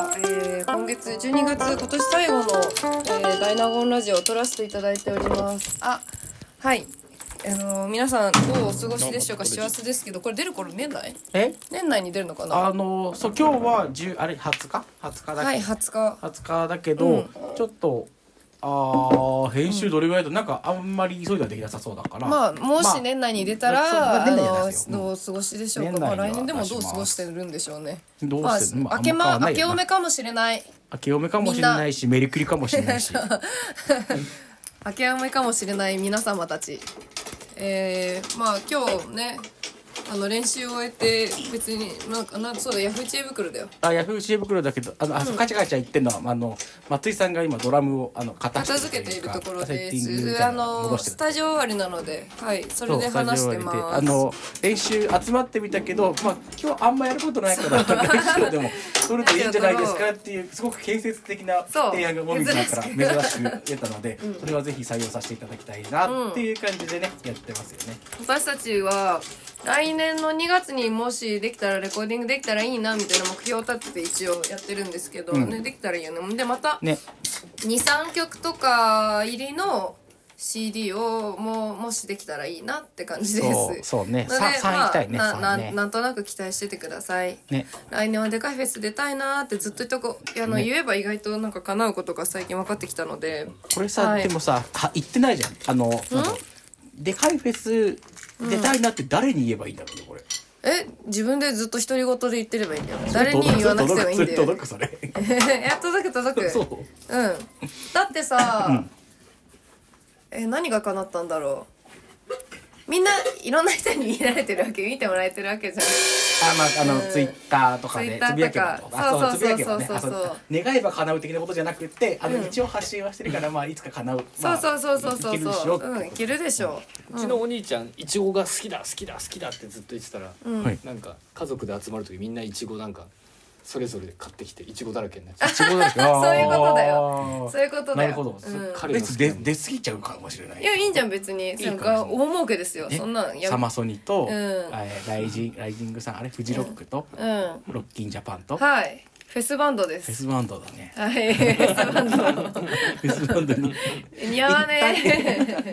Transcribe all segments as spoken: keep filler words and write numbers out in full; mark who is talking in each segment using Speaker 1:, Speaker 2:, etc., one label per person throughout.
Speaker 1: は、えー、今月じゅうにがつ今年最後の、えー、ダイナゴンラジオを撮らせていただいております。あ、はい、あのー、皆さんどうお過ごしでしょうか。幸せですけど、これ出る頃年内
Speaker 2: え
Speaker 1: 年内に出るのかな。
Speaker 2: あのー、そう今日はじゅうあれはつかはつかだけ、
Speaker 1: はい、はつか
Speaker 2: はつかだけど、
Speaker 1: うん、
Speaker 2: ちょっとあ編集どれぐらいだとなんかあんまり急いではできなさそうだから、
Speaker 1: まあもし年内に出たら、
Speaker 2: まあ、
Speaker 1: あ
Speaker 2: 年内じゃない
Speaker 1: の
Speaker 2: ですよ、
Speaker 1: どうお過ごしでしょうか。
Speaker 2: 年内には
Speaker 1: まあ、来年でもどう過ごしてるんでしょうね。
Speaker 2: どうしてる、
Speaker 1: まあ、明けま明けおめかもしれない
Speaker 2: 明けおめかもしれないしメリクリかもしれないし
Speaker 1: 明けおめかもしれない皆様たち、えー、まあ今日ねあの練習を終えて別になんかなそうだヤフー知恵袋だよ。
Speaker 2: あヤフー知恵袋だけどあの、うん、あカチャカチャ言ってるのはあの松井さんが今ドラムをあの片
Speaker 1: 付けているところです。あのスタジオ終わりなので、はい、それで話してます。
Speaker 2: あの練習集まってみたけど、まあ今日あんまやることないから練習でも撮るといいんじゃないですかっていうすごく建設的な提案がもみじさんから珍しく出たので、うん、それはぜひ採用させていただきたいなっていう感じでね、うん、やってますよね。
Speaker 1: 私たちは来年のにがつにもしできたらレコーディングできたらいいなみたいな目標を立てて一応やってるんですけど、うんね、できたらいいよね。でまた、ね、にさんきょくとか入りの シーディー をももしできたらいいなって感じです。
Speaker 2: そうそうね。
Speaker 1: さん
Speaker 2: 行きたいね。
Speaker 1: な, な, なんとなく期待しててください。ね、来年はでかいフェス出たいなってずっと言っとこあの、ね、言えば意外となんか叶うことが最近分かってきたので。
Speaker 2: これさ、はい、でもさは言ってないじゃん。あのでかいフェス出たいなって誰に言えばいいんだろうねこれ。
Speaker 1: え自分でずっと独り言で言ってればいいんだよ。誰に言わなくてもいいんだよ。
Speaker 2: 届くそれ。
Speaker 1: いや届く届く。そう。うん。だってさ、うん、え何が叶ったんだろう。みんないろんな人に見られてるわけ見てもらえてるわけじゃん。
Speaker 2: あまああの、うん、ツイッターとかでつぶやけばとか、そうつぶやけばね、願えば叶う的なことじゃなくて、あの、うん、一応発信はしてるからまあいつか叶う。
Speaker 1: そうそうそうそうそうそう。うん、いけるでしょ
Speaker 3: う。うちのお兄ちゃんいちごが好きだ好きだ好きだってずっと言ってたら、うん、なんか家族で集まる時みんないちごなんかそれぞれ買ってきていちごだらけになっちゃう。いちごだらけ。
Speaker 1: そういうことだよ。そういうことだよ。
Speaker 2: なるほど。彼の出出過ぎちゃうかもしれない。
Speaker 1: いやいいんじゃん別に。なんか大儲けですよ。そんなん
Speaker 2: や。サマソニとライジンライジングさんあれフジロックとロッキンジャパンと。
Speaker 1: はい。フェスバンドです。
Speaker 2: フェスバンドだね。
Speaker 1: はい。フェスバンド。
Speaker 2: フェスバンドに。
Speaker 1: 似合わね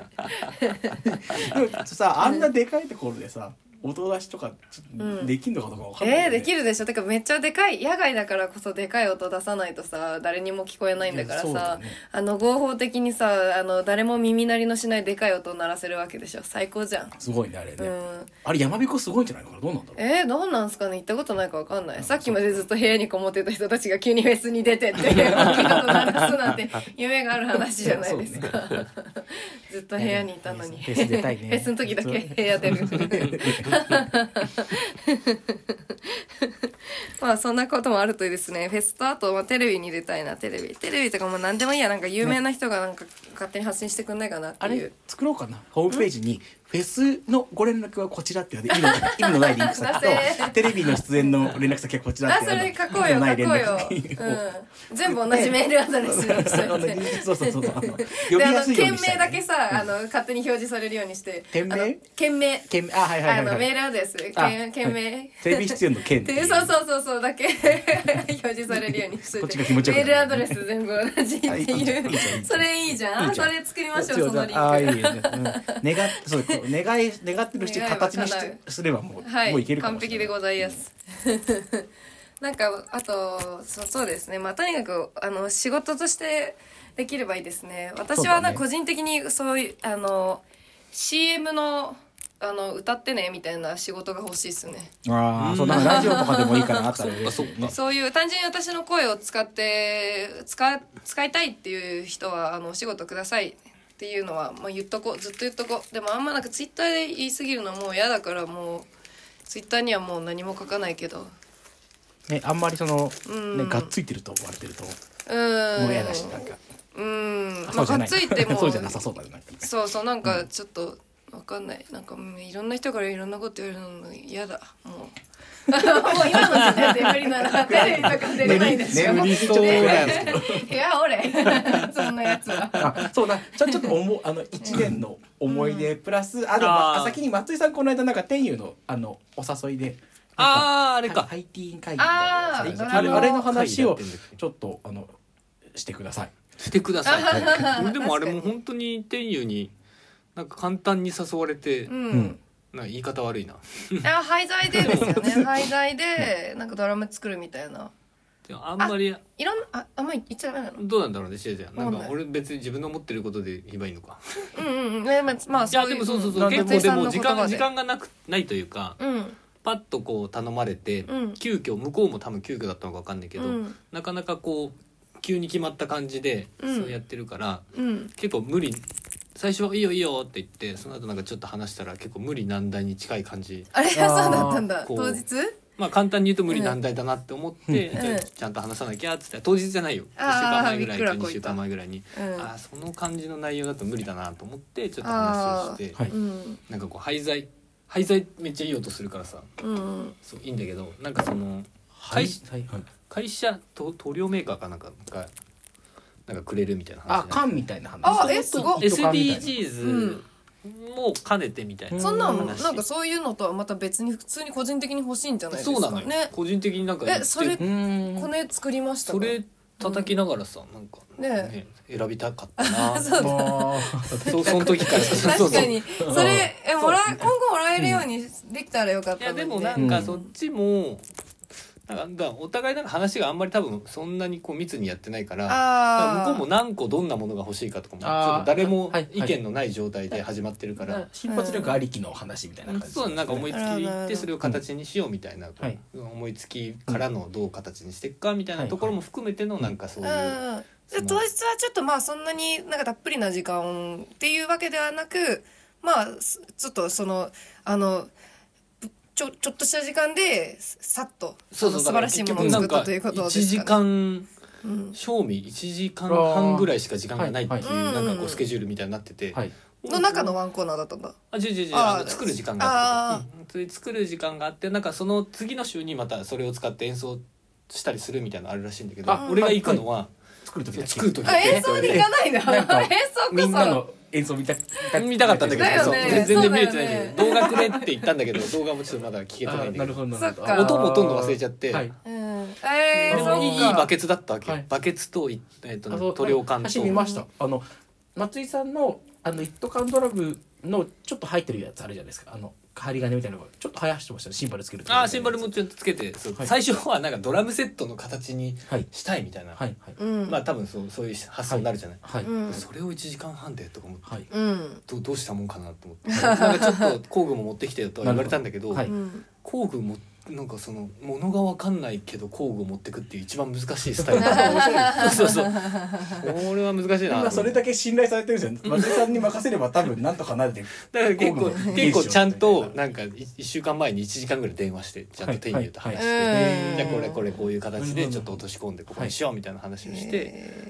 Speaker 2: え。でもさあんなでかいところでさ。音出しとかできんのかどうかわかんない、ね、
Speaker 1: うん、えー、できるでしょ。てかめっちゃでかい野外だからこそでかい音出さないとさ誰にも聞こえないんだからさ、ね、あの合法的にさあの誰も耳鳴りのしないでかい音を鳴らせるわけでしょ。最高じゃん。
Speaker 2: すごいねあれね、うん、あれ山彦すごいんじゃないのかな。どうなんだろう。
Speaker 1: えー、どうなんすかね。行ったことないかわかんない。さっきまでずっと部屋にこもってた人たちが急にフェスに出てって大きい音鳴らすなんて夢がある話じゃないですか、ね、ずっと部屋にいたのに
Speaker 2: フェス出たいね。
Speaker 1: フェスの時だけ部屋出るまあそんなこともあるといいですね。フェスとあと、まあ、テレビに出たいな。テレビテレビとかも何でもいいや。なんか有名な人がなんか勝手に発信してくんないかなっていう、ね、
Speaker 2: あれ作ろうかな。ホームページにフェスのご連絡はこちらって意味の意味のないリンク先とテレビの出演の連絡先はこちらって
Speaker 1: あそれ書こうよ書こうよ、うん、全部同じメールアドレスにして
Speaker 2: そうそうそうそう
Speaker 1: 呼びやすいようにしたい、ね、件名だけさあの勝手に表示されるようにして
Speaker 2: 件名
Speaker 1: 件名
Speaker 2: 件名あはいはいはい、はい、
Speaker 1: あのメールアドレス件件名
Speaker 2: テレビ出演の件
Speaker 1: そうそうそうそうだけ表示されるようにして
Speaker 2: こっちが気持ちよく
Speaker 1: メールアドレス全部同じっていうそれいいじゃん。それ作りましょうそのリンク。あいいね、うん、願そう願い願ってる人形にしてすればもう、はい、もういけるかもしれない。 完璧でございますなんかあと そ, そうですねまあとにかくあの仕事としてできればいいですね。私はな、ね、個人的にそういうあの シーエム のあの歌ってねみたいな仕事が欲しいですね。
Speaker 2: ああ、そうなんかラジオとかでもいいかなあったら嬉しいね。
Speaker 1: そういう単純に私の声を使って使使いたいっていう人はあのお仕事くださいっていうのは、まあ、言っとこうずっと言っとこう。でもあんまなんかツイッターで言い過ぎるのもう嫌だからもうツイッターにはもう何も書かないけど、
Speaker 2: ね、あんまりその、ね、がっついてると思われてるとうんもう嫌だしなんか
Speaker 1: うんまあがっついても
Speaker 2: そうじゃなさそうだね。なんかね
Speaker 1: そうそうなんかちょっと、うんわかんないなんかいろんな人からいろんなこと言われるの嫌だもうもう今の時点で無理ならテレビとか出れないんですよ。
Speaker 2: 眠りそうなんですけど
Speaker 1: いや俺そんなやつは
Speaker 2: あそうなちょちょっと思うあの一年の思い出プラス、うん、あでもあ先に松井さんこの間なんか天佑のあのお誘いで
Speaker 3: あああれか
Speaker 2: ハイティーン会議みたいなあれあれの話をちょっとあのしてください
Speaker 3: してください、はい、でもあれも本当に天佑になんか簡単に誘われて、うん、なんか言い方悪いな。
Speaker 1: いや廃材でですよね。廃材でなんかドラム作るみたいな。
Speaker 3: でもあんまり
Speaker 1: いろんなああんまり言っちゃダメなの。
Speaker 3: どうなんだろうねシエちゃん。なんか俺別に自分の思ってることで言えばいいのか。
Speaker 1: うんうんうん。ねまあまあそういう。いやでもそうそうそう。結構
Speaker 3: でも時間時間がなくないというか。うん。パッとこう頼まれて、うん、急遽向こうも多分急遽だったのか分かんないけど、うん、なかなかこう急に決まった感じでそうやってるから、うん、結構無理最初はいいよいいよって言ってその後なんかちょっと話したら結構無理難題に近い感じ
Speaker 1: あれそうだったんだ当日
Speaker 3: まあ簡単に言うと無理難題だなって思って、うん、じゃあちゃんと話さなきゃって言ったら当日じゃないよいっしゅうかんまえぐらいかにしゅうかんまえぐらいに、うん、あその感じの内容だと無理だなと思ってちょっと話をして、はい、なんかこう廃材廃材めっちゃいい音するからさ、うんうん、そういいんだけどなんかその会社、はいはい、会社と塗料メーカーかなんかがなんかくれるみたいな話
Speaker 2: あ缶みたいな話
Speaker 1: あえすごい
Speaker 3: エスディージーズ も兼ねてみたいな、
Speaker 1: うん、そんなのなんかそういうのとはまた別に普通に個人的に欲しいんじゃないですか。
Speaker 3: そうなのよ、ね、個人的になんか
Speaker 1: えそれこれ作りましたか。
Speaker 3: それ叩きながらさ、うん、なんかね、ね選びたかったなそうそうその時から
Speaker 1: 確かにそれえもら今後もらえるようにできたらよかったのに、ね、
Speaker 3: いやでもなんかそっちもなんかお互いなんか話があんまり多分そんなにこう密にやってないから、から向こうも何個どんなものが欲しいかとかもちょっと誰も意見のない状態で始まってるから、はいはい、
Speaker 2: 瞬発力ありきの話みたいな感じ、ね、
Speaker 3: そうなんか思いつきでそれを形にしようみたいな、うん、思いつきからのどう形にしていくかみたいなところも含めてのなんかそういう、はいはい
Speaker 1: 当日はちょっとまあそんなになんかたっぷりな時間っていうわけではなくまあちょっとそのあのちょ, ちょっとした時間でさっとそうそう素晴らしいものを作ったということですかね。
Speaker 3: いちじかん賞味いちじかんはんぐらいしか時間がないっていう、はい、なんかこうスケジュールみたいになってて、はい、
Speaker 1: の中のワンコーナーだったんだ。
Speaker 3: あ、違う違う違うあの作る時間があって、うん、作る時間があってなんかその次の週にまたそれを使って演奏したりするみたいなのあるらしいんだけど、俺が行くのは、はい作る時だけ作る時だけ
Speaker 1: 演奏に行かないの演奏こそ
Speaker 2: みんなの演奏見た
Speaker 3: 見たかったんだけど、ね、そう全然見れてないけど、動画くれって言ったんだけど動画もちょっとまだ聞けてないんだけど、なるほどなるほど音もほとんど忘れちゃって、はいうんえー、でもいいバケツだったわけ、はい、バケツと、えー、と塗料缶と
Speaker 2: 私見ましたあの松井さんのあの一斗缶ドラムのちょっと入ってるやつあるじゃないですかあの針金みたいなのがちょっと生やしてましたねシンバルつける
Speaker 3: ああシンバルもちょっとつけてそう、はい、最初はなんかドラムセットの形にしたいみたいな、はいはいはい、まあ多分そうそういう発想になるじゃない、はいはい、それをいちじかんはんでとか思って、はい、ど, どうしたもんかなと思ってなんかちょっと工具も持ってきてよとは言われたんだけど、はい、工具もなんかその物が分かんないけど工具を持ってくっていう一番難しいスタイルそうそうこれは難しいな
Speaker 2: 今それだけ信頼されてるじゃん松井さんに任せれば多分なんとかなるで
Speaker 3: だから結構結構ちゃんとなんかいっしゅうかんまえにいちじかんぐらい電話してちゃんと手に入れと話して、はいはい、じゃあこれこれこういう形でちょっと落とし込んでここにしようみたいな話をして、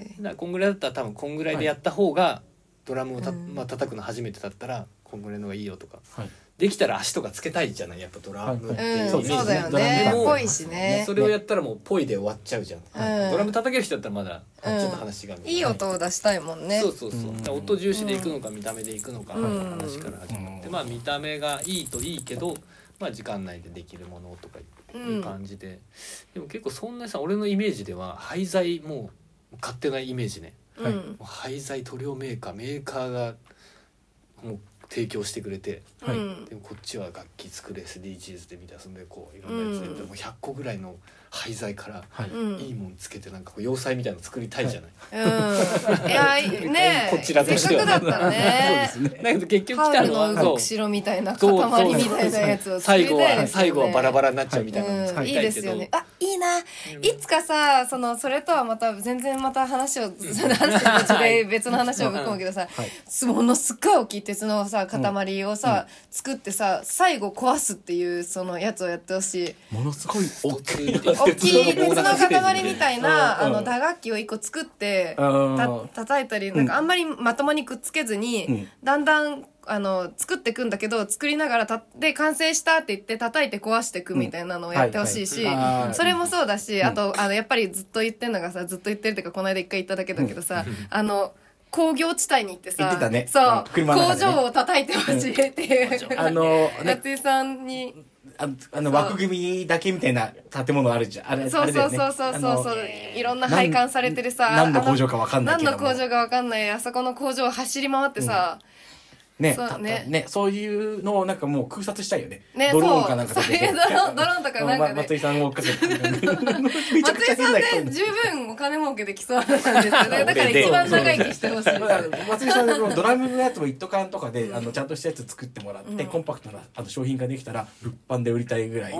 Speaker 3: だからこんぐらいだったら多分こんぐらいでやった方がドラムをた、まあ、叩くの初めてだったらこんぐらいのがいいよとか、はいできたら足とかつけたいじゃないやっぱドラムっていうイメージ、
Speaker 1: うん、そうだよねぽいしね
Speaker 3: それをやったらもうぽいで終わっちゃうじゃん、うん、ドラム叩ける人だったらまだちょっと話が、うん、
Speaker 1: いい音を出したいもんね
Speaker 3: そうそうそう、うん、音重視でいくのか見た目でいくのかの話から始まって、うん、まあ見た目がいいといいけどまあ時間内でできるものとかいう感じで、うん、でも結構そんなさ俺のイメージでは廃材もう勝手なイメージね、うん、廃材塗料メーカーメーカーがもう提供してくれて、はい、でもこっちは楽器作る エスディージーズ で見たそんでこういろんなやつで、うん、もうひゃっこぐらいの廃材から、はい、いいもんつけてなんかこう要塞みたいなの作りたいじゃない、はい、
Speaker 1: いやね
Speaker 3: こちらとしては
Speaker 1: せっかくだったらね
Speaker 3: そうですねだけど結局来たのは
Speaker 1: ハウルの動く城みたいな塊みたいなやつを作りたいですよね最後は
Speaker 3: 最後はバラバラになっちゃうみたいなの作りたいけど、うん、いいですよね
Speaker 1: あいいな、うん、いつかさそのそれとはまた全然また話を、うん、その話で別の話をぶっ込むけどさ、はい、ものすっごい大きい鉄のさ塊をさ、うん、作ってさ最後壊すっていうそのやつをやってほしい
Speaker 2: ものすごい大きい
Speaker 1: 大きい鉄の塊みたいなあの打楽器を一個作ってた叩いたりなんかあんまりまともにくっつけずに、うん、だんだんあの作っていくんだけど作りながらたで完成したって言って叩いて壊していくみたいなのをやってほしいし、うんはいはい、それもそうだし、うん、あとあのやっぱりずっと言ってんのがさずっと言ってるっていうかこの間一回言っただけだけどさ、うん、あの工業地帯に行ってさ
Speaker 2: 言ってたね、
Speaker 1: そう、ね、工場を叩いてほしいっていう、うん、あの夏井さんに
Speaker 2: ああの枠組みだけみたいな建物あるじゃん。あれ
Speaker 1: そうそうそうそうそうそう、いろんな配管されてるさ、
Speaker 2: 何の工場かわかんないけど
Speaker 1: 何の工場かわかんないあそこの工場を走り回ってさ、うん
Speaker 2: ね、そうねね、そういうのをなんかもう空撮したいよね。
Speaker 1: ね、
Speaker 2: ドローンかなんか
Speaker 1: そういうドローン、ドローンとかなんかね。
Speaker 2: 松井さんを追っかけて。松
Speaker 1: 井さんで十分お金儲けできそうなんですよね。だから一番長生きしてほしい。
Speaker 2: 松井さんのドラムのやつも一斗缶とかであのちゃんとしたやつ作ってもらって、コンパクトなあの商品ができたら物販で売りたいぐらい。
Speaker 1: うん。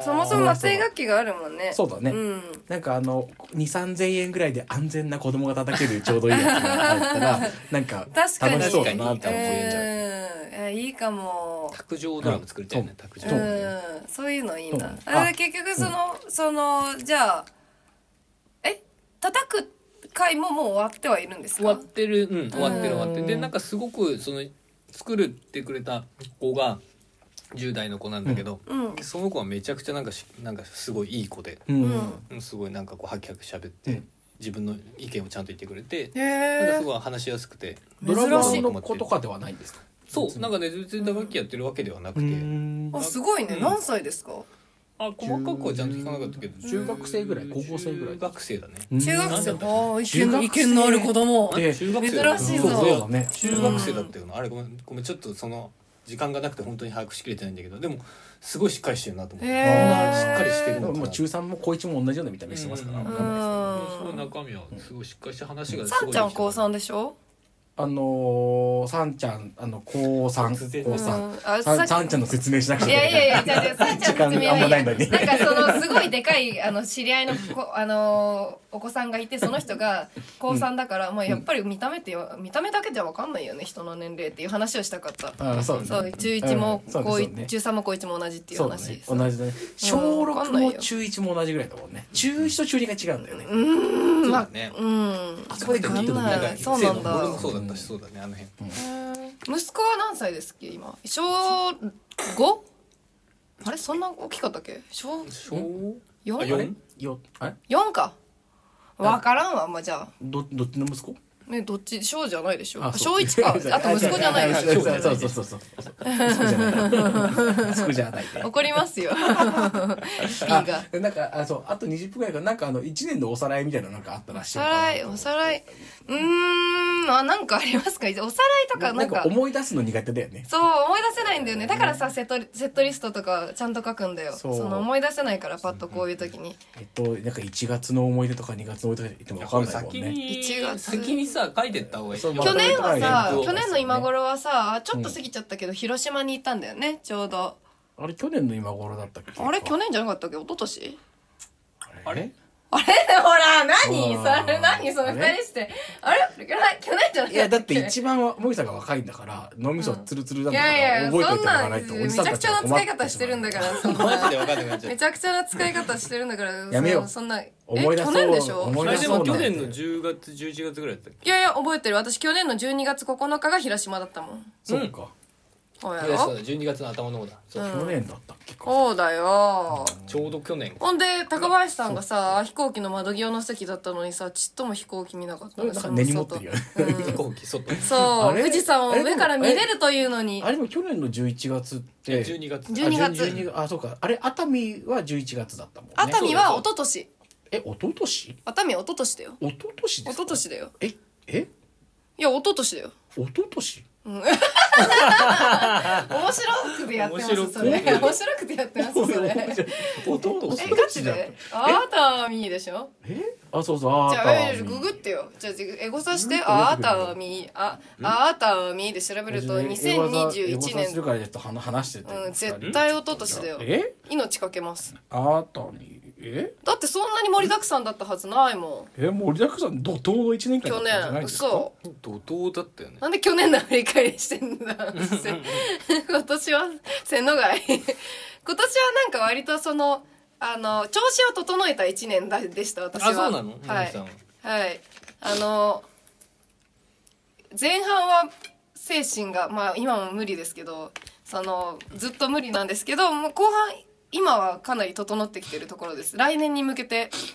Speaker 1: そもそも松井楽器があるもんね。
Speaker 2: そうだね。なんかあのに、さんぜんえんぐらいで安全な子供が叩けるちょうどいいやつがあったらなんか楽しそうだなって思えちゃう。
Speaker 1: いいかも。
Speaker 3: 卓上ドラム作りたいね、卓上。
Speaker 1: うん、そういうのいいな。あ、結局その、そのじゃあえ叩く回ももう終わってはいるんですか？
Speaker 3: 終わってる、うん、終わってる終わってる。でなんかすごくその作るってくれた子がじゅう代の子なんだけど、うん、その子はめちゃくちゃなんかしなんかすごいいい子で、うん、すごいなんかこうハキハキ喋って。うん自分の意見をちゃんと言ってくれて、なんかすごい話しやすくて。
Speaker 2: ドラマーの子とかではないんですか？
Speaker 3: そうなんかね全然打楽器やってるわけではなくて、
Speaker 1: あすごいね、うん、何歳ですか？
Speaker 3: あ細かくはちゃんと聞かなかったけど
Speaker 2: 中学生ぐらい高校生ぐらい
Speaker 3: 中学生だね。
Speaker 1: 中学生ああ意見のある子供
Speaker 3: 中学生
Speaker 1: 珍しいぞ。
Speaker 2: そうだね
Speaker 3: 中学生だったよなあれごめんごめんちょっとその時間がなくて本当に把握しきれてないんだけどでもすごいしっかりしてるなと思って、えー、しっかりしてるのかな。
Speaker 2: 中さんも高いちも同じような見た目してますから、うん、
Speaker 3: すごい中身はすごいしっかりした話がすごい。
Speaker 1: さんちゃん高さんでしょ？
Speaker 2: あのー、さんちゃんあの高さん高さん、うん、さ, さんちゃんの説明しなくちゃいけない。
Speaker 1: いやいやいやいやさんちゃんの説明はいい
Speaker 2: や。なん
Speaker 1: かそのすごいでかいあの知り合いのこあのー、お子さんがいてその人が高さんだから、うん、まあやっぱり見た目って見た目だけじゃ分かんないよね人の年齢っていう話をしたかった。
Speaker 2: あそう、ね、
Speaker 1: そう中いちも高い、ね、中さんも高いちも同じっていう話。
Speaker 2: そうね、同じだね。小ろくも中いちも同じぐらいだもんね。中いちと中にが違うんだよね。
Speaker 1: うーん
Speaker 3: そうだね。
Speaker 1: うん。
Speaker 3: あそこでガンとなんか
Speaker 1: そうなんだ。
Speaker 3: 俺もそうだったしそうだねあの辺。
Speaker 1: うん、息子は何歳ですっけ今小 ご？ あれそんな大きかったっけ小 よん？ あれ
Speaker 2: よあれ
Speaker 1: よんか分からんわ、まあ、じゃあ
Speaker 2: ど, どっちの息子
Speaker 1: ね、どっち小じゃないでしょ。小一か。あと息子じゃないでしょ。
Speaker 2: そうそうそうそうそう。息子じゃない。
Speaker 1: 怒りますよ。P が。
Speaker 2: なんかあそうあとにじゅっぷんぐらいからなんかあのいちねんのおさらいみたいななんかあったらしい。
Speaker 1: おさらいおさらいうーんあなんかありますか。おさらいとかなんか
Speaker 2: 思い出すの苦手だよね。
Speaker 1: そう思い出せないんだよね。だからさセットセットリストとかちゃんと書くんだよ。その思い出せないからパッとこういう時に。
Speaker 2: えっとなんかいちがつの思い出とかにがつの思い出とか言っても分かんないもんね。
Speaker 3: いちがつ先にさ書いてった方がいい。
Speaker 1: 去年はさ去年の今頃はさちょっと過ぎちゃったけど、うん、広島に行ったんだよねちょうど。
Speaker 2: あれ去年の今頃だったっけ。
Speaker 1: あれ去年じゃなかったっけ一昨年
Speaker 2: あれ
Speaker 1: あれほら何それ何その二人してあれ去年じゃない。
Speaker 2: いやだって一番もぎさんが若いんだから脳みそツルツルだから覚えておいてもらわないと。
Speaker 1: めちゃくちゃな使い方してるんだから
Speaker 3: マジで分かんなくなっちゃう。
Speaker 1: めちゃくちゃな使い方してるんだから
Speaker 2: やめよう。
Speaker 1: そんな
Speaker 2: 思い出そう。
Speaker 1: 去年でしょ。
Speaker 2: 思い出
Speaker 3: そう。でも去年のじゅうがつじゅういちがつぐらいだったっけ。
Speaker 1: いやいや覚えてる。私去年のじゅうにがつここのかが広島だったもん。
Speaker 2: そうか。
Speaker 1: そうや
Speaker 3: ろ。そうだじゅうにがつの頭の方だ。
Speaker 2: そう去年だったっけか。
Speaker 1: そうだよ。
Speaker 3: ちょうど去年。
Speaker 1: ほんで高林さんがさ飛行機の窓際の席だったのにさちっとも飛行機見なかったの。
Speaker 2: 根に持ってるよね。
Speaker 3: 飛行機外。
Speaker 1: そう富士山を上から見れるというのに。
Speaker 2: あれでも去年のじゅういちがつって
Speaker 3: じゅうにがつ。
Speaker 1: じゅうにがつ。
Speaker 2: あそうかあれ熱海はじゅういちがつだったもんね。
Speaker 1: 熱海は一昨年。
Speaker 2: え一昨年？
Speaker 1: 熱海は一昨年だよ。
Speaker 2: 一昨年ですか？
Speaker 1: 一昨年だよ。
Speaker 2: ええ
Speaker 1: いや一昨年だよ。
Speaker 2: 一昨年？うん、面
Speaker 1: 白くてやってますそれ。面白くてやってますそれ。えガチで？熱海でしょ？
Speaker 2: えあそうそう
Speaker 1: じゃあググってよ。じゃあエゴさして熱海あ熱海で調べるとにせんにじゅういちねん。
Speaker 2: 話してて。
Speaker 1: うん絶対一昨年だよ。
Speaker 2: え？
Speaker 1: 命かけます。
Speaker 2: 熱海。え
Speaker 1: だってそんなに盛りだくさんだったはずないもん。
Speaker 2: え盛りだくさん怒涛のいちねんかんだったんじゃないですか。
Speaker 1: 去
Speaker 3: 年嘘怒涛だったよね。
Speaker 1: なんで去年の振り返りしてんだ今年は千の貝今年はなんか割とそのあの調子を整えたいちねんでした私は。
Speaker 3: あそうなの。
Speaker 1: はいはいあの前半は精神がまあ今も無理ですけどそのずっと無理なんですけどもう後半今はかなり整ってきてるところです。来年に向けて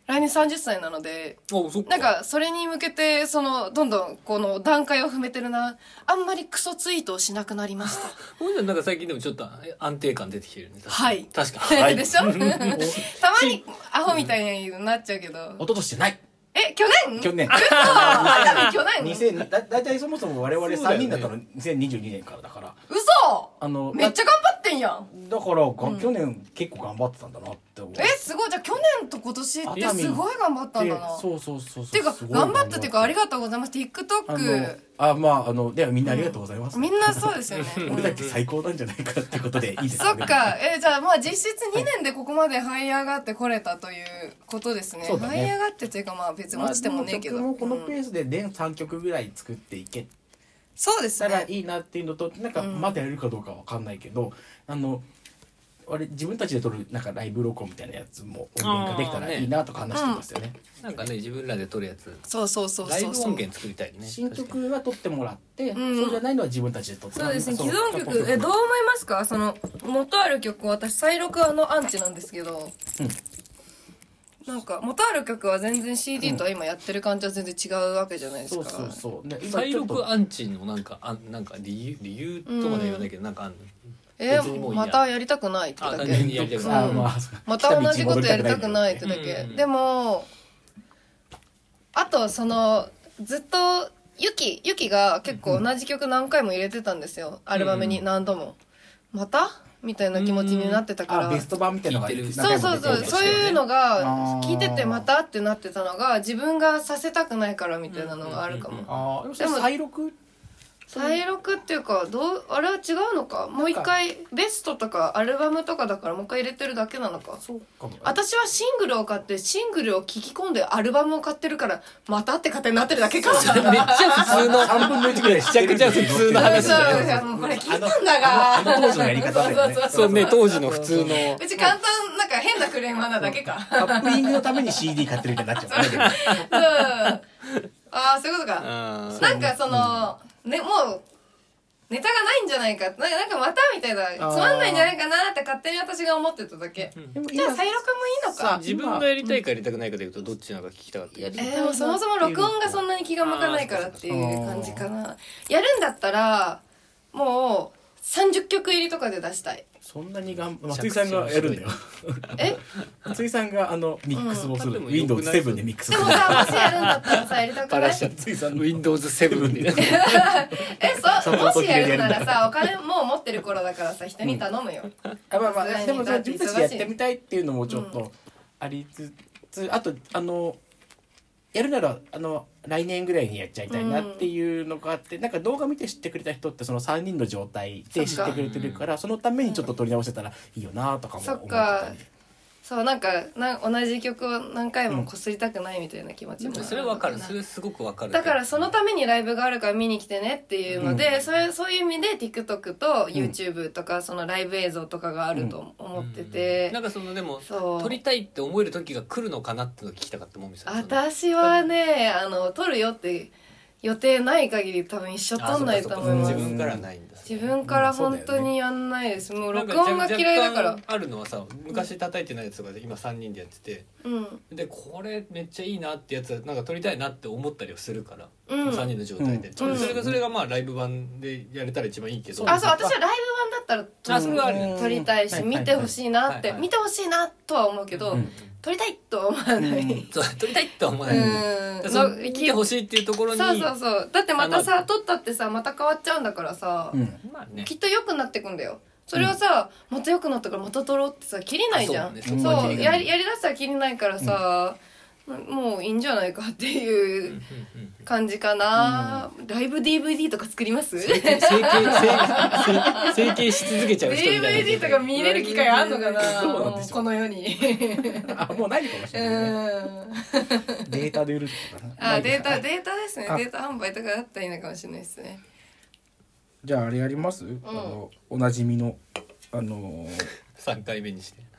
Speaker 1: 来年さんじゅっさいなので、なんかそれに向けてそのどんどんこの段階を踏めてるな。あんまりクソツイートをしなくなりました。
Speaker 3: ほんでなんか最近でもちょっと安定感出てきてるね。
Speaker 1: はい
Speaker 3: 確かに、はい、
Speaker 1: でしょたまにアホみたいになっちゃうけど、
Speaker 2: 一昨年じゃない。
Speaker 1: え、去年
Speaker 2: 去年
Speaker 1: 去年
Speaker 2: にせんだだいたいそもそも我々さんにんだったのにせんにじゅうにねんからだから。
Speaker 1: 嘘。
Speaker 2: あの
Speaker 1: めっちゃ頑張ってんやん。
Speaker 2: だから、うん、去年結構頑張ってたんだなって思う。
Speaker 1: え、すごい。じゃあ去年と今年ってすごい頑張ったんだな。
Speaker 2: そうそうそうそう。
Speaker 1: っていうか頑張ったっていうかありがとうございます。 TikTok
Speaker 2: あ, あまああのではみんなありがとうございます、
Speaker 1: うん、みんなそうですよね
Speaker 2: 俺だけ最高なんじゃないかってことでいいです
Speaker 1: かね。そっか。え、じゃあまあ実質にねんでここまで這い上がってこれたということですね。
Speaker 2: そうだね。
Speaker 1: 這い上がってというかまあ別に落ちてもねえけど、
Speaker 2: まあ、曲もこのペースで年さんきょくぐらい作っていけ
Speaker 1: そうですね。
Speaker 2: たらいいなっていうのと、なんかまだやれるかどうかわかんないけど、うん、あのあれ自分たちで撮るなんかライブ録音みたいなやつも音源ができたらいいなとか話してますよね。
Speaker 3: うん、なんかね自分らで撮るやつ。
Speaker 1: そうそうそうそう。
Speaker 3: ライブ音源作りたいね。
Speaker 2: 新曲は撮ってもらって、うん、そうじゃないのは自分たちで撮って。
Speaker 1: そうですね。既存曲えどう思いますか？その元ある曲私再録あのアンチなんですけど。うんなんか元ある曲は全然 シーディー とは今やってる感じは全然違うわけじゃないですか。
Speaker 2: そうそうそう。ね、
Speaker 3: 再録アンチのなんかあなんか理由理由とまで言わないけど、うん、なんかあんの。
Speaker 1: えー、またやりたくないってだけ。
Speaker 3: やりたくない。
Speaker 1: うん、また同じことやりたくないってだけ。うん、でもあとそのずっとユキユキが結構同じ曲何回も入れてたんですよ。アルバムに何度も。また？みたいな気持ちになってたから、
Speaker 2: ベスト版みたいなのが
Speaker 1: そうそうそうそういうのが聞いててまたってなってたのが自分がさせたくないからみたいなのがあるかも。
Speaker 2: あでも再録
Speaker 1: 再録っていうかどうあれは違うのか。もう一回ベストとかアルバムとかだからもう一回入れてるだけなのか。
Speaker 2: そうかも。
Speaker 1: 私はシングルを買ってシングルを聴き込んでアルバムを買ってるからまたって勝手になってるだけか。めっちゃ
Speaker 3: 普通の
Speaker 2: さんぶんのいちぐらい
Speaker 3: めちゃくちゃ普通の話だよ。
Speaker 1: もうこれ聞いたんだが。
Speaker 2: あの当時のやり方だよね。
Speaker 3: そうね当時の普通の。
Speaker 1: うち簡単なんか変なクレーマーなだけか。
Speaker 2: カップリングのために シーディー 買ってるみたいになっちゃう。そう。
Speaker 1: ああそういうことか。なんかそのねもう。ネタがないんじゃないかな、なんかまたみたいなつまんないんじゃないかなって勝手に私が思ってただけ、うん、じゃあ再録もいいのか。
Speaker 3: 自分がやりたいかやりたくないかでいうとどっちなのか聞きたかった。
Speaker 1: えー、でもそもそも録音がそんなに気が向かないからっていう感じかな。やるんだったらもうさんじゅっきょく入りとかで出したい。
Speaker 2: そんなにがん松井さんがやるんだよ。
Speaker 1: え
Speaker 2: 松井さんがあのミックスをする、うん、ウィンドウズセブン でミックスする。
Speaker 1: でもさもしやるんだったらさやりたくない。
Speaker 2: 松井さんの
Speaker 3: ウィンドウズセブン で。
Speaker 1: えそもしやるならさお金もう持ってる頃だからさ人に頼むよ。うん、
Speaker 2: あまあまあでも自分たちでやってみたいっていうのもちょっとありつつ、うん、あとあのやるならあの来年ぐらいにやっちゃいたいなっていうのがあって、うん、なんか動画見て知ってくれた人ってそのさんにんの状態で知ってくれてるから、 そ, そのためにちょっと撮り直せたらいいよなとかも思ってたり。
Speaker 1: そうなんかな同じ曲を何回もこすりたくないみたいな気持ちも、
Speaker 3: うん、それわかる。それすごくわかる。
Speaker 1: だからそのためにライブがあるから見に来てねっていうので、うん、それそういう意味で TikTok と YouTube とかそのライブ映像とかがあると思ってて、
Speaker 3: うん、なんかそのでも撮りたいって思える時が来るのかなってのを聞きたかったもん。
Speaker 1: 私はねあの撮るよって予定ない限り多分一生撮んないと思います。
Speaker 3: 自分からないんだ。
Speaker 1: 自分から本当にやんないです。もう録音が嫌いだから。
Speaker 3: あるのはさ昔叩いてないやつとかで今さんにんでやってて、うん、でこれめっちゃいいなってやつなんか撮りたいなって思ったりはするから、うん、さんにんの状態で、うん、それがそれがまあライブ版でやれたら一番いいけど、うん、
Speaker 1: あそう私はライブ版だったらあそれはある撮りたいし、はい、見てほしいなって、はいはい、見てほしいなとは思うけど、うん撮りたいとは思わない、うん、
Speaker 3: そう撮りたいとは思わない、うん、そう見てほしいっていうところに
Speaker 1: そうそうそうだってまたさ撮ったってさまた変わっちゃうんだからさ、うんまあね、きっと良くなってくんだよ。それはさ、うん、また良くなったからまた撮ろうってさ切りないじゃん。そう、ね、そうやりやりだしたら切りないからさ、うん、もういいんじゃないかっていう感じかな、うん、ライブ ディーブイディー とか作ります？整形
Speaker 3: 整形し続けちゃう人みたいな
Speaker 1: ディーブイディー とか見れる機会あんのかなこの世に
Speaker 2: あもうないかもしれないねデータで売るとかな
Speaker 1: あデータデータですね。データ販売とかだったらいいのかもしれないですね。
Speaker 2: じゃああれやります、うん、あのおなじみのあのー、
Speaker 3: さんかいめにして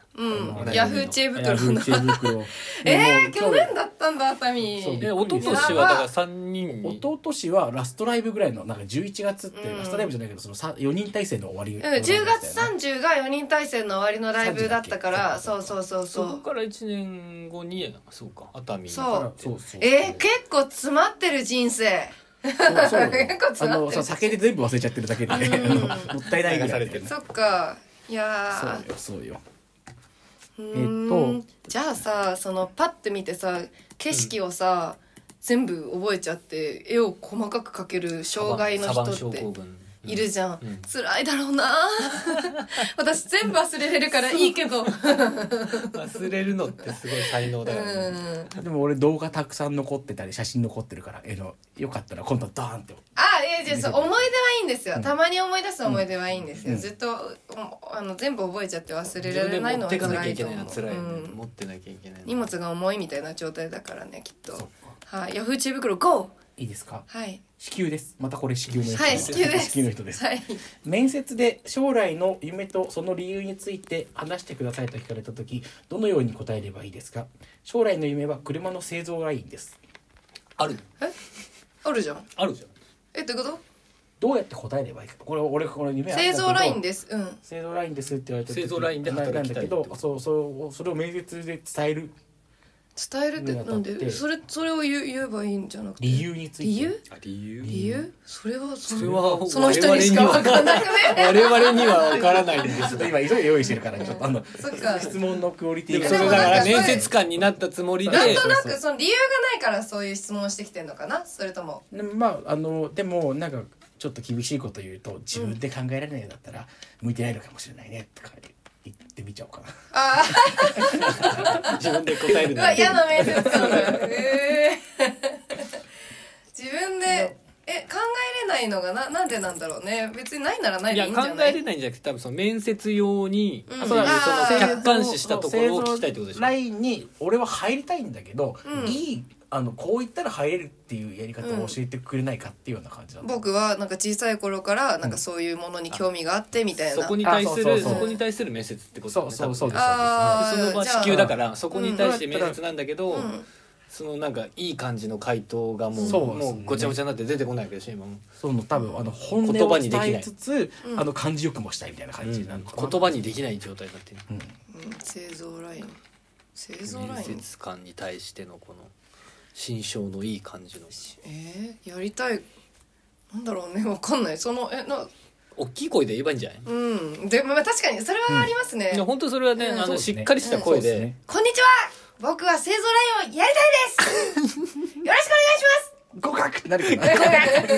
Speaker 1: うん、ヤフー知恵袋の
Speaker 2: 知恵袋
Speaker 1: えー、去年だったんだ熱海。
Speaker 3: え一昨年はだからさんにんに
Speaker 2: 一昨年はラストライブぐらいのなんかじゅういちがつって、うん、ラストライブじゃないけどそのよにん体制の終わり、
Speaker 1: うん、じゅうがつさんじゅうがよにん体制の終わりのライブだったからそうそうそうそう
Speaker 3: そこからいちねんごにそうか熱海
Speaker 1: そうそうそうえー、結構詰まってる人生そうそう
Speaker 2: あのそう酒で全部忘れちゃってるだけで、ね、もったいないぐらい、ね、
Speaker 1: そっかいや
Speaker 2: そうよそうよ
Speaker 1: えっとじゃあさそのパッて見てさ景色をさ、うん、全部覚えちゃって絵を細かく描ける障害の人っているじゃん、うん、辛いだろうな私全部忘れれるからいいけど
Speaker 3: 忘れるのってすごい才能だよね、
Speaker 2: うん、でも俺動画たくさん残ってたり写真残ってるから絵のよかったら今度ダーンって
Speaker 1: あいやじゃあ思い出はいいんですよ、うん、たまに思い出す思い出はいいんですよ、うん、ずっとあの全部覚えちゃって忘れられないのは辛いと思う。
Speaker 3: 持ってなきゃいけない、
Speaker 1: 荷物が重いみたいな状態だからねきっと。はい、ヤフー知恵袋 ゴー。
Speaker 2: いいですか。
Speaker 1: はい。
Speaker 2: 支給です。またこれ支給の人です。
Speaker 1: はい、支給です。
Speaker 2: 支給の人です。
Speaker 1: はい。
Speaker 2: 面接で将来の夢とその理由について話してくださいと聞かれたとき、どのように答えればいいですか。将来の夢は車の製造ラインです。
Speaker 3: ある。
Speaker 1: え？あるじゃん。
Speaker 3: あるじゃん。
Speaker 1: え、どういうこと？
Speaker 2: どうやって答えればいいか。これ俺この夢
Speaker 1: 製造ラインです。うん。
Speaker 2: 製造ラインですって言われた時
Speaker 3: 製造ラインで働きたい
Speaker 2: んだけど、そうそうそれを面接で伝える。
Speaker 1: 伝えるってなんでそれそれを言う言えばいいんじゃなくて
Speaker 2: 理由について
Speaker 1: 理由
Speaker 3: あ理由
Speaker 1: 理由それは
Speaker 3: それは
Speaker 1: その人にしか分からなくね
Speaker 3: 我々には分からないんです
Speaker 2: 今急いで用意してるからちょっとあの
Speaker 1: そっか
Speaker 2: 質問のクオリティ
Speaker 3: がそれだから面接官になったつもりで
Speaker 1: なんとなくその理由がないからそういう質問をしてきてんのかなそれとも
Speaker 2: まああのでもなんかちょっと厳しいこと言うと自分で考えられないようだったら向いてないのかもしれないねとか言ってみちゃおうかな。
Speaker 1: あ
Speaker 3: あ自分で答えるの
Speaker 1: 嫌な面接官だ、えー、自分でえ考えれないのがななんでなんだろうね別にないならないでいいんじゃない。
Speaker 3: いや考えれないんじゃなくて多分その面接用に、うん、そういうその客観視したところを聞きたいってことでしょ。
Speaker 2: ラインに俺は入りたいんだけど、うん、いいあのこう言ったら入れるっていうやり方を教えてくれないかっていうような感じなの、
Speaker 1: うん、僕はなんか小さい頃からなんかそういうものに興味があってみたいな、
Speaker 3: そこに対するそこに対する面接ってことだね。
Speaker 2: そうそうそうです。
Speaker 3: その場支給だからそこに対して面接なんだけど、うん、そのなんかいい感じの回答がもう、うもうごちゃごちゃになって出てこないわけでしょ今も。
Speaker 2: その多分あの本音を伝えつつ、うん、あの感じよくもしたいみたいな感じなのかな、
Speaker 3: うん、言葉にできない状態になってる、
Speaker 1: うんうん、製造ライン製造ライン
Speaker 3: 面接官に対してのこの心象のいい感じの
Speaker 1: えー、やりたいなんだろうねわかんないそのえな
Speaker 3: 大きい声で言えばいいんじゃない。
Speaker 1: うんでも確かにそれはありますね、
Speaker 3: うん、本当それはね、うん、あのしっかりした声で、うんね、
Speaker 1: こんにちは僕は製造ラインをやりたいですよろしくお願いします
Speaker 2: 合格ってなるかな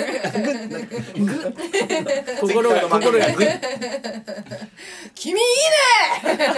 Speaker 3: 心が心がグッ
Speaker 1: 君いいね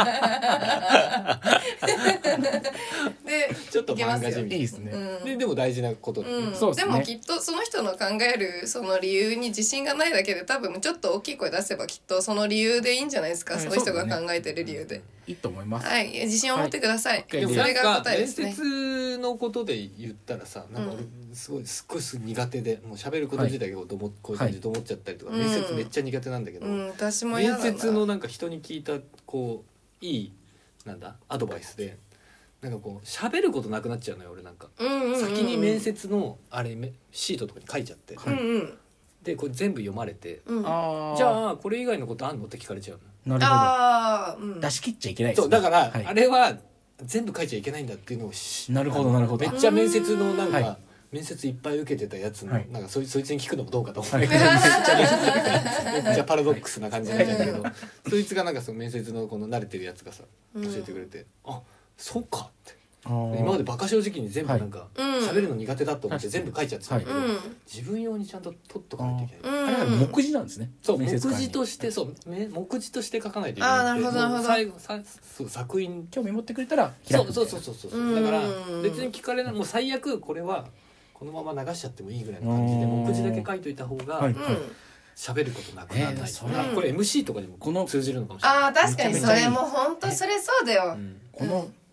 Speaker 1: で
Speaker 3: ちょっと漫画じみ
Speaker 2: いいですね、
Speaker 3: うん、で, でも大事なこと、
Speaker 1: うんそうですね、でもきっとその人の考えるその理由に自信がないだけで多分ちょっと大きい声出せばきっとその理由でいいんじゃないですか、はい、その人が考えてる理由で、
Speaker 2: いいと思います。
Speaker 1: はい、自信を持ってください。
Speaker 3: はい、
Speaker 1: それが答えですね。
Speaker 3: 面接のことで言ったらさ、なんか俺すごいすっごい苦手で、もう喋ること自体がども、はい、こういう感じで思っちゃったりとか、はい、面接めっちゃ苦手なんだけど、
Speaker 1: うん、私も嫌だな。
Speaker 3: 面接のなんか人に聞いたこういいなんだアドバイスで、なんかこう喋ることなくなっちゃうのよ俺なんか、
Speaker 1: うんうんうんうん、
Speaker 3: 先に面接のあれシートとかに書いちゃって、
Speaker 1: うんうん、
Speaker 3: でこれ全部読まれて、
Speaker 1: うん、あ
Speaker 3: じゃあこれ以外のことあんのって聞かれちゃうの。
Speaker 2: なるほど。
Speaker 1: あ、うん、
Speaker 2: 出し切っちゃいけないですね。
Speaker 3: そうだから、
Speaker 2: はい、
Speaker 3: あれは全部書いちゃいけないんだっていうのを
Speaker 2: なるほどなるほど。
Speaker 3: めっちゃ面接のなんか、
Speaker 2: はい、
Speaker 3: 面接いっぱい受けてたやつの、はい、なんかそいそいつに聞くのもどうかと思う、はい、めっちゃめっちゃパラドックスな感じになっちゃうんだけど、はい、そいつがなんかその面接のこの慣れてるやつがさ教えてくれて、うん、あそうかって今までバカ正直に全部なんか喋、はい、るの苦手だと思って全部書いちゃってたんだけど、はい、自分用にちゃんと取っとかないといけない。
Speaker 2: あれは目次なんですね。
Speaker 3: そう目次としてそう目次として書かないといけない。
Speaker 1: あなるほどなるほど。
Speaker 3: 最後さそう作品
Speaker 2: 興味持ってくれたら
Speaker 3: 開く。そうそうそうそうそうだから別に聞かれないもう最悪これはこのまま流しちゃってもいいぐらいの感じで目次だけ書いといた方が。はいはい喋ることなくならない、えー、これ エムシー とかにもこの通じるのかもしれない。
Speaker 1: あ確かにそれも本当それそうだよ、
Speaker 2: うん、この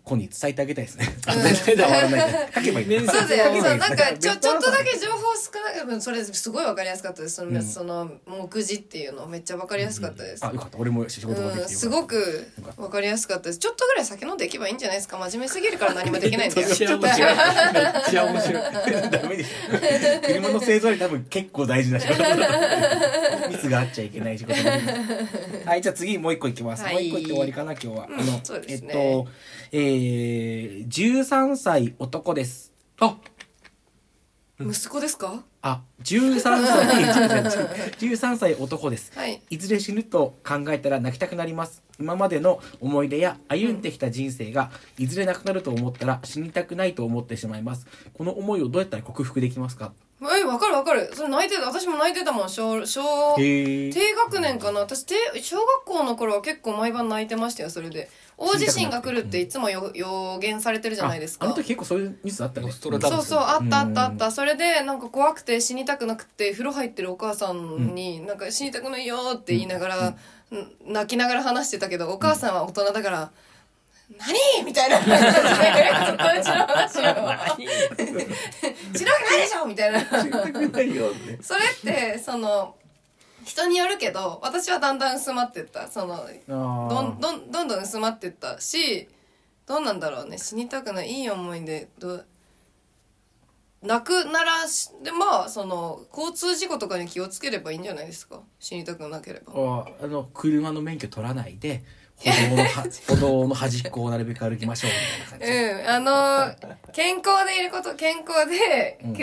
Speaker 2: 子に伝えてあげたいですね。絶対変わらない。書けばいい。
Speaker 1: そうだよ。そうなんかちょちょっとだけ情報少なくてもそれすごいわかりやすかったです。その、うん、その目次っていうのめっちゃわかりやすかったです。
Speaker 2: うん、あよかった。俺も仕事ができてよかった。
Speaker 1: すごくわかりやすかったです。ちょっとぐらい酒飲んでいけばいいんじゃないですか。真面目すぎるから何もできないんだよ。めっちゃ面白い。
Speaker 3: めっちゃ面白い。
Speaker 2: ダメでしょ。車の製造に多分結構大事な仕事。ミスがあっちゃいけない仕事。はい、じゃあ次もう一個いきます。はい、もう一個いって終わりかな今日は。うん、あのそうですね。えっと。えー、じゅうさんさい男です。
Speaker 1: あ、息子ですか？
Speaker 2: あ、じゅうさんさいじゅうさんさい男です、
Speaker 1: はい、
Speaker 2: いずれ死ぬと考えたら泣きたくなります。今までの思い出や歩んできた人生がいずれなくなると思ったら死にたくないと思ってしまいます。この思いをどうやったら克服できますか？
Speaker 1: え、わかるわかる。それ泣いてた。私も泣いてたもん。小小低学年かな。私低小学校の頃は結構毎晩泣いてましたよ。それで大地震が来るっていつもよ予言されてるじゃないですか。
Speaker 2: あの時結構そういうニュースあったね。
Speaker 1: そうそうあったあったあった。それでなんか怖くて死にたくなくて風呂入ってるお母さんになんか死にたくないよって言いながら、うんうん、泣きながら話してたけど、お母さんは大人だから。何みたいな感じでずっとうちの話を知らないでしょみたいなそれってその人によるけど私はだんだん薄まってったそのどんどんどんどん薄まってったし、どうなんだろうね、死にたくないいい思いでど泣くならしでまあその交通事故とかに気をつければいいんじゃないですか。死にたくなければ
Speaker 2: ああの車の免許取らないで歩道の歩道の端っこをなるべく歩きましょうみたいな感じ。
Speaker 1: うん、あの健康でいること健康で、うん、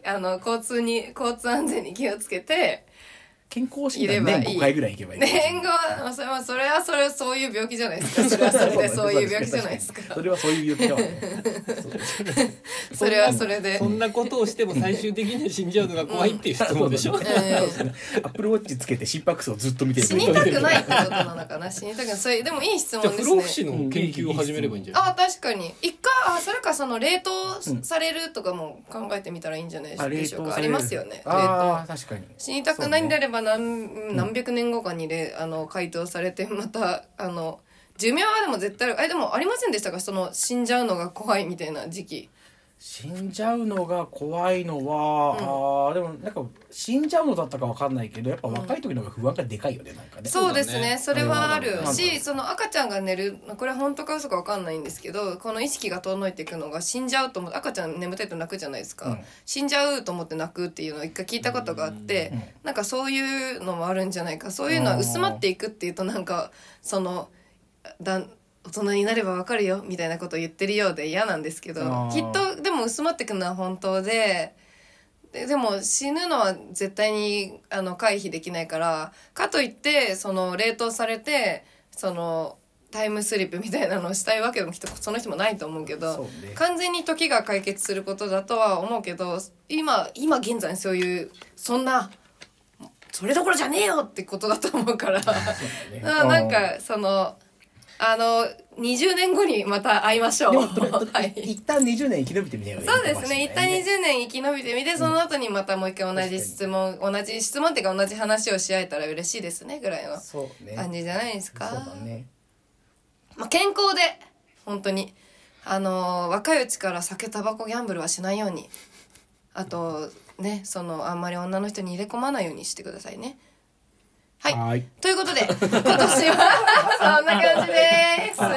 Speaker 1: あの交通に交通安全に気をつけて。
Speaker 2: 健康診断年ごかいぐらい行けばいい。
Speaker 1: 年後はそれはそれはそれはそういう病気じゃないですか。それはそれでそういう病気じゃないですか。
Speaker 2: それはそういう病気だわ、
Speaker 1: ね。それはそれで
Speaker 3: そんなことをしても最終的に死んじゃうのが怖いっていう質問でしょ。ア
Speaker 2: ップルウォッチつけて心拍数をずっと見てる。
Speaker 1: 死にたくないってことなのかな。死にたくない。それでもいい質問ですね。
Speaker 3: 不老不死の研究を始めればいいんじゃない。
Speaker 1: あ、確かに一回あそれかその冷凍されるとかも考えてみたらいいんじゃないでしょうか。ありますよね。
Speaker 2: あ確かに。
Speaker 1: 死にたくないんであれば何何百年後かにであの回答されてまたあの寿命はでも絶対あれでもありませんでしたか、その死んじゃうのが怖いみたいな時期。
Speaker 2: 死んじゃうのが怖いのは、うん、あでもなんか死んじゃうのだったか分かんないけどやっぱ若い時の方が不安がでかいよね、なんかね。
Speaker 1: そうですね、それはあるし、その赤ちゃんが寝るこれ本当か嘘か分かんないんですけど、この意識が遠のいていくのが死んじゃうと思って赤ちゃん眠たいと泣くじゃないですか、うん、死んじゃうと思って泣くっていうのを一回聞いたことがあって、うん、なんかそういうのもあるんじゃないか。そういうのは薄まっていくっていうとなんかそのだ大人になればわかるよみたいなことを言ってるようで嫌なんですけど、きっとでも薄まっていくのは本当で、で、でも死ぬのは絶対にあの回避できないから、かといってその冷凍されてそのタイムスリップみたいなのをしたいわけでもきっとその人もないと思うけど、ね、完全に時が解決することだとは思うけど、今今現在そういうそんなそれどころじゃねえよってことだと思うからね、なんかそのあのにじゅうねんごにまた会いましょう。
Speaker 2: はい、一旦にじゅうねん生き延びてみてよ。
Speaker 1: そうですね、一旦にじゅうねん生き延びてみて、その後にまたもう一回同じ質問、同じ質問っていうか同じ話をし合えたら嬉しいですねぐらいの感じじゃないですか。
Speaker 2: そうだね。
Speaker 1: まあ、健康で本当にあの若いうちから酒タバコギャンブルはしないように、あとねそのあんまり女の人に入れ込まないようにしてくださいね。はい、はいということで今年はそんな感じです。はい、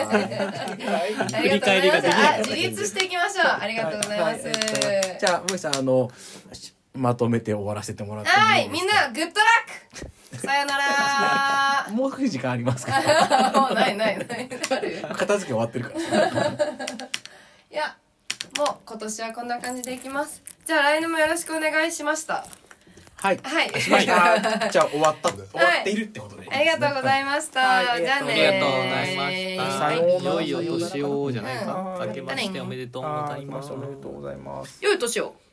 Speaker 1: ありがとうございます。あ、自立していきましょう。ありがとうございます。はいはい、
Speaker 2: じゃあ森さんあのまとめて終わらせてもらっても
Speaker 1: いいですか。はい、みんなグッドラック。さよなら。
Speaker 2: もう少し時間ありますか。
Speaker 1: もうないないない。
Speaker 2: 片付け終わってるから。い
Speaker 1: や、もう今年はこんな感じでいきます。じゃあ来年もよろしくお願いしました。
Speaker 2: はい。
Speaker 1: はい。
Speaker 2: しました。じゃあ終わった終わっているってことで、ね
Speaker 1: はい。ありがとうございました。はい、じゃあね。
Speaker 3: ありがとうございました。はい、良いお年をじゃないか。明けましておめでとうございます。
Speaker 2: おめでとうございます。
Speaker 1: 良いお年を。